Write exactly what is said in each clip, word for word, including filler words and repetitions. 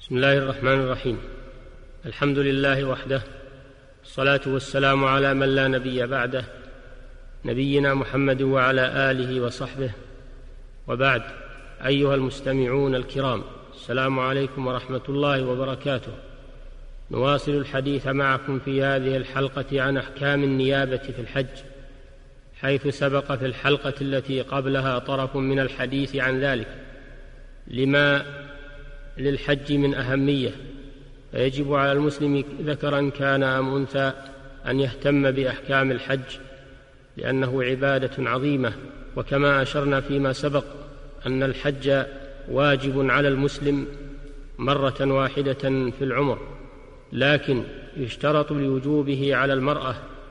بسم الله الرحمن الرحيم. الحمد لله وحده، الصلاة والسلام على من لا نبي بعده، نبينا محمد وعلى آله وصحبه، وبعد. أيها المستمعون الكرام، السلام عليكم ورحمة الله وبركاته. نواصل الحديث معكم في هذه الحلقة عن أحكام النيابة في الحج، حيث سبق في الحلقة التي قبلها طرف من الحديث عن ذلك لما للحج من أهمية، فيجب على المسلم ذكرا كان أم أنثى أن يهتم بأحكام الحج، لأنه عبادة عظيمة. وكما أشرنا فيما سبق أن الحج واجب على المسلم مرة واحدة في العمر، لكن يشترط لوجوبه على المرأة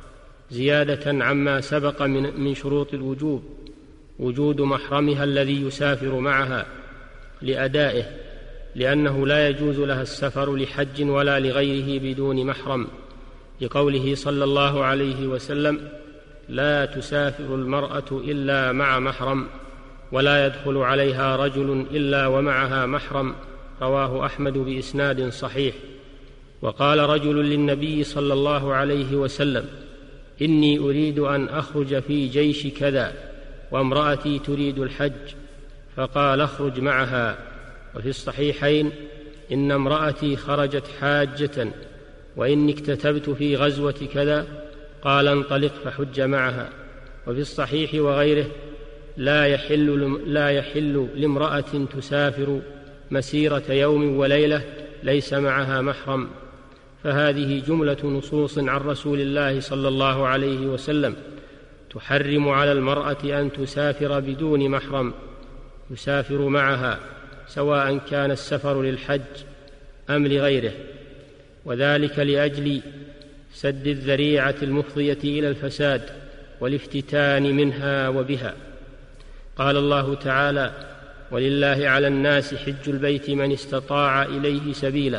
زيادة عما سبق من, من شروط الوجوب وجود محرمها الذي يسافر معها لأدائه، لأنه لا يجوز لها السفر لحج ولا لغيره بدون محرم، لقوله صلى الله عليه وسلم: لا تسافر المرأة إلا مع محرم، ولا يدخل عليها رجل إلا ومعها محرم، رواه أحمد بإسناد صحيح. وقال رجل للنبي صلى الله عليه وسلم: إني أريد أن أخرج في جيش كذا وامرأتي تريد الحج، فقال: اخرج معها. وفي الصحيحين: إن امرأتي خرجت حاجة وإني اكتتبت في غزوة كذا، قال: انطلق فحج معها. وفي الصحيح وغيره: لا يحل, لا يحل لامرأة تسافر مسيرة يوم وليلة ليس معها محرم. فهذه جملة نصوص عن رسول الله صلى الله عليه وسلم تحرم على المرأة أن تسافر بدون محرم يسافر معها، سواء كان السفر للحج أم لغيره، وذلك لأجل سد الذريعة المفضية إلى الفساد والافتتان منها وبها. قال الله تعالى: ولله على الناس حج البيت من استطاع إليه سبيلا.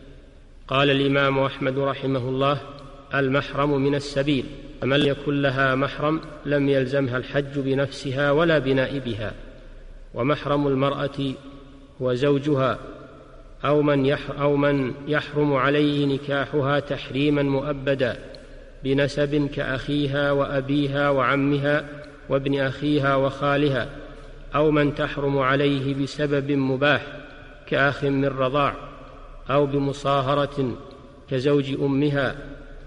قال الإمام أحمد رحمه الله: المحرم من السبيل، فمن يكن لها محرم لم يلزمها الحج بنفسها ولا بنائبها. ومحرم المرأة هو زوجها أو من, أو من يحرم عليه نكاحها تحريما مؤبدا بنسب كأخيها وأبيها وعمها وابن أخيها وخالها، أو من تحرم عليه بسبب مباح كأخ من رضاع، أو بمصاهرة كزوج أمها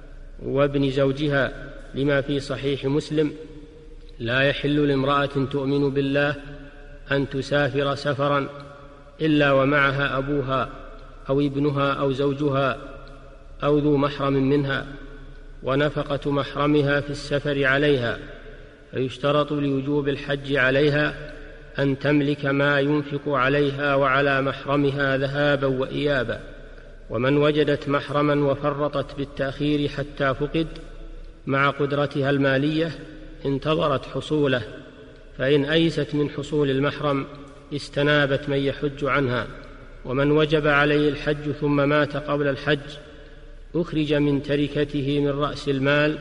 وابن زوجها، لما في صحيح مسلم: لا يحل لامرأة تؤمن بالله أن تسافر سفرا إلا ومعها أبوها أو ابنها أو زوجها أو ذو محرم منها، ونفقة محرمها في السفر عليها. فيشترط لوجوب الحج عليها أن تملك ما ينفق عليها وعلى محرمها ذهابا وإيابا. ومن وجدت محرما وفرطت بالتأخير حتى فقد مع قدرتها المالية انتظرت حصوله، فإن أيست من حصول المحرم استنابت من يحج عنها. ومن وجب عليه الحج ثم مات قبل الحج أخرج من تركته من رأس المال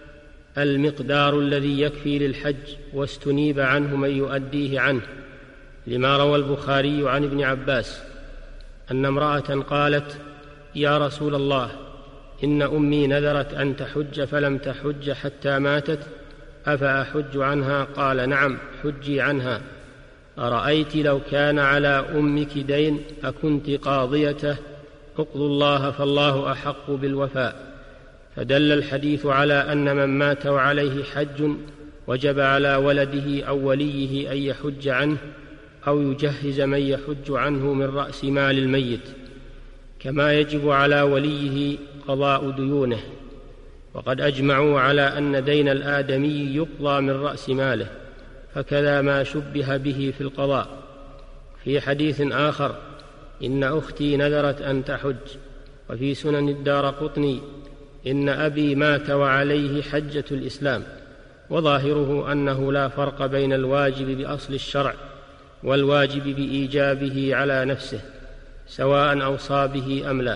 المقدار الذي يكفي للحج، واستنيب عنه من يؤديه عنه، لما روى البخاري عن ابن عباس أن امرأة قالت: يا رسول الله، إن أمي نذرت أن تحج فلم تحج حتى ماتت، أفأحج عنها؟ قال: نعم، حجي عنها. أرأيت لو كان على أمك دين أكنت قاضيته؟ اقضوا الله فالله أحق بالوفاء. فدل الحديث على أن من مات وعليه حج وجب على ولده أو وليه أن يحج عنه أو يجهز من يحج عنه من رأس مال الميت، كما يجب على وليه قضاء ديونه. وقد أجمعوا على أن دين الآدمي يقضى من رأس ماله، فكذا ما شبه به في القضاء. في حديث آخر: إن أختي نذرت أن تحج. وفي سنن الدارقطني: إن أبي مات وعليه حجة الإسلام. وظاهره أنه لا فرق بين الواجب بأصل الشرع والواجب بإيجابه على نفسه، سواء أوصى به أم لا.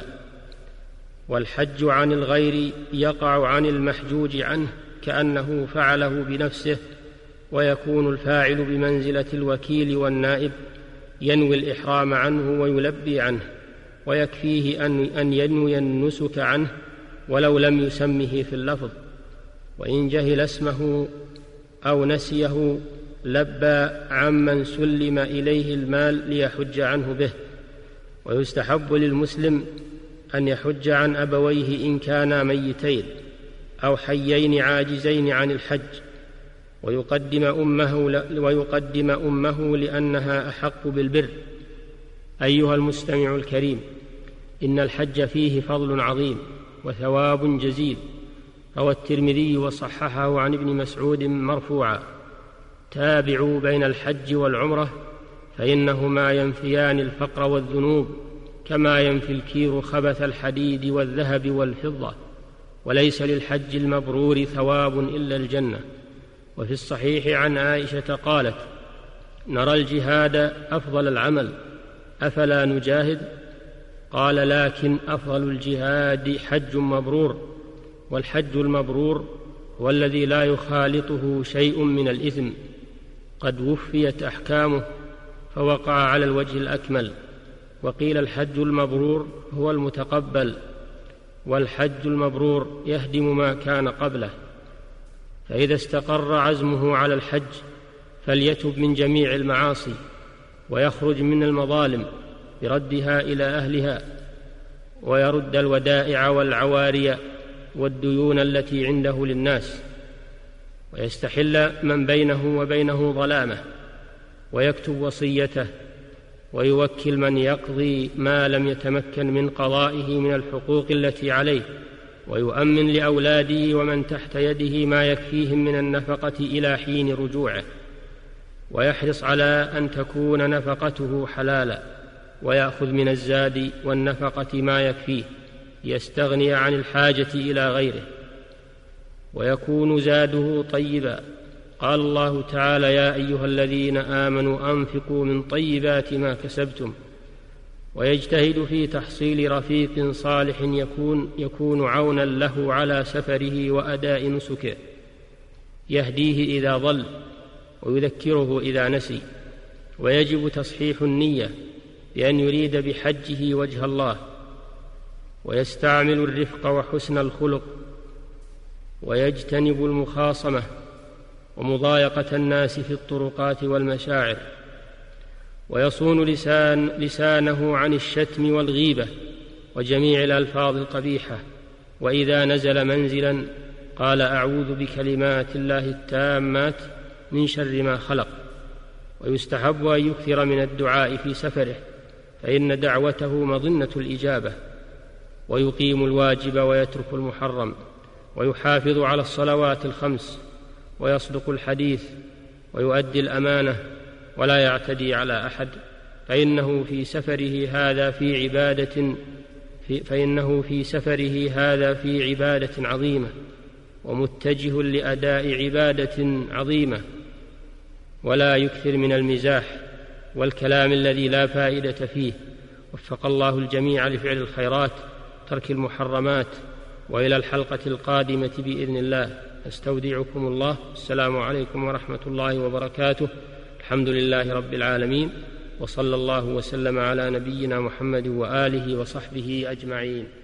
والحج عن الغير يقع عن المحجوج عنه كأنه فعله بنفسه، ويكون الفاعل بمنزلة الوكيل والنائب، ينوي الإحرام عنه ويلبي عنه. ويكفيه أن ينوي النسك عنه ولو لم يسمه في اللفظ. وإن جهل اسمه أو نسيه لبى عمن سلم إليه المال ليحج عنه به. ويستحب للمسلم أن يحج عن أبويه إن كانا ميتين أو حيين عاجزين عن الحج، ويقدم أمه, ويقدم أمه لأنها أحق بالبر. أيها المستمع الكريم، إن الحج فيه فضل عظيم وثواب جزيل. روى الترمذي وصححه عن ابن مسعود مرفوعا: تابعوا بين الحج والعمرة فإنهما ينفيان الفقر والذنوب كما ينفي الكير خبث الحديد والذهب والفضة، وليس للحج المبرور ثواب إلا الجنة. وفي الصحيح عن عائشة قالت: نرى الجهاد أفضل العمل، أفلا نجاهد؟ قال: لكن أفضل الجهاد حج مبرور، والحج المبرور هو الذي لا يخالطه شيء من الإثم، قد وفيت أحكامه فوقع على الوجه الأكمل. وقيل الحج المبرور هو المتقبل، والحج المبرور يهدم ما كان قبله. فإذا استقر عزمه على الحج فليتب من جميع المعاصي ويخرج من المظالم بردها إلى أهلها، ويرد الودائع والعواري والديون التي عنده للناس، ويستحل من بينه وبينه ظلامه، ويكتب وصيته، ويوكل من يقضي ما لم يتمكن من قضائه من الحقوق التي عليه، ويؤمن لأولاده ومن تحت يده ما يكفيهم من النفقة إلى حين رجوعه، ويحرص على أن تكون نفقته حلالا، ويأخذ من الزاد والنفقة ما يكفيه يستغني عن الحاجة إلى غيره، ويكون زاده طيبا. قال الله تعالى: يا أيها الذين آمنوا أنفقوا من طيبات ما كسبتم. ويجتهد في تحصيل رفيق صالح يكون, يكون عونا له على سفره وأداء نسكه، يهديه إذا ضل ويذكره إذا نسي. ويجب تصحيح النية بأن يريد بحجه وجه الله، ويستعمل الرفق وحسن الخلق، ويجتنب المخاصمة ومضايقة الناس في الطرقات والمشاعر، ويصون لسان لسانه عن الشتم والغيبة وجميع الألفاظ القبيحة. وإذا نزل منزلا قال: أعوذ بكلمات الله التامات من شر ما خلق. ويستحب أن يكثر من الدعاء في سفره، فإن دعوته مظنة الإجابة. ويقيم الواجب ويترك المحرم، ويحافظ على الصلوات الخمس، ويصدق الحديث، ويؤدي الأمانة، ولا يعتدي على أحد، فإنه في سفره هذا في عبادة في فإنه في سفره هذا في عبادة عظيمة، ومتجه لأداء عبادة عظيمة. ولا يكثر من المزاح والكلام الذي لا فائدة فيه. وفق الله الجميع لفعل الخيرات، ترك المحرمات. وإلى الحلقة القادمة بإذن الله. أستودعكم الله. السلام عليكم ورحمة الله وبركاته. الحمد لله رب العالمين، وصلى الله وسلم على نبينا محمد وآله وصحبه أجمعين.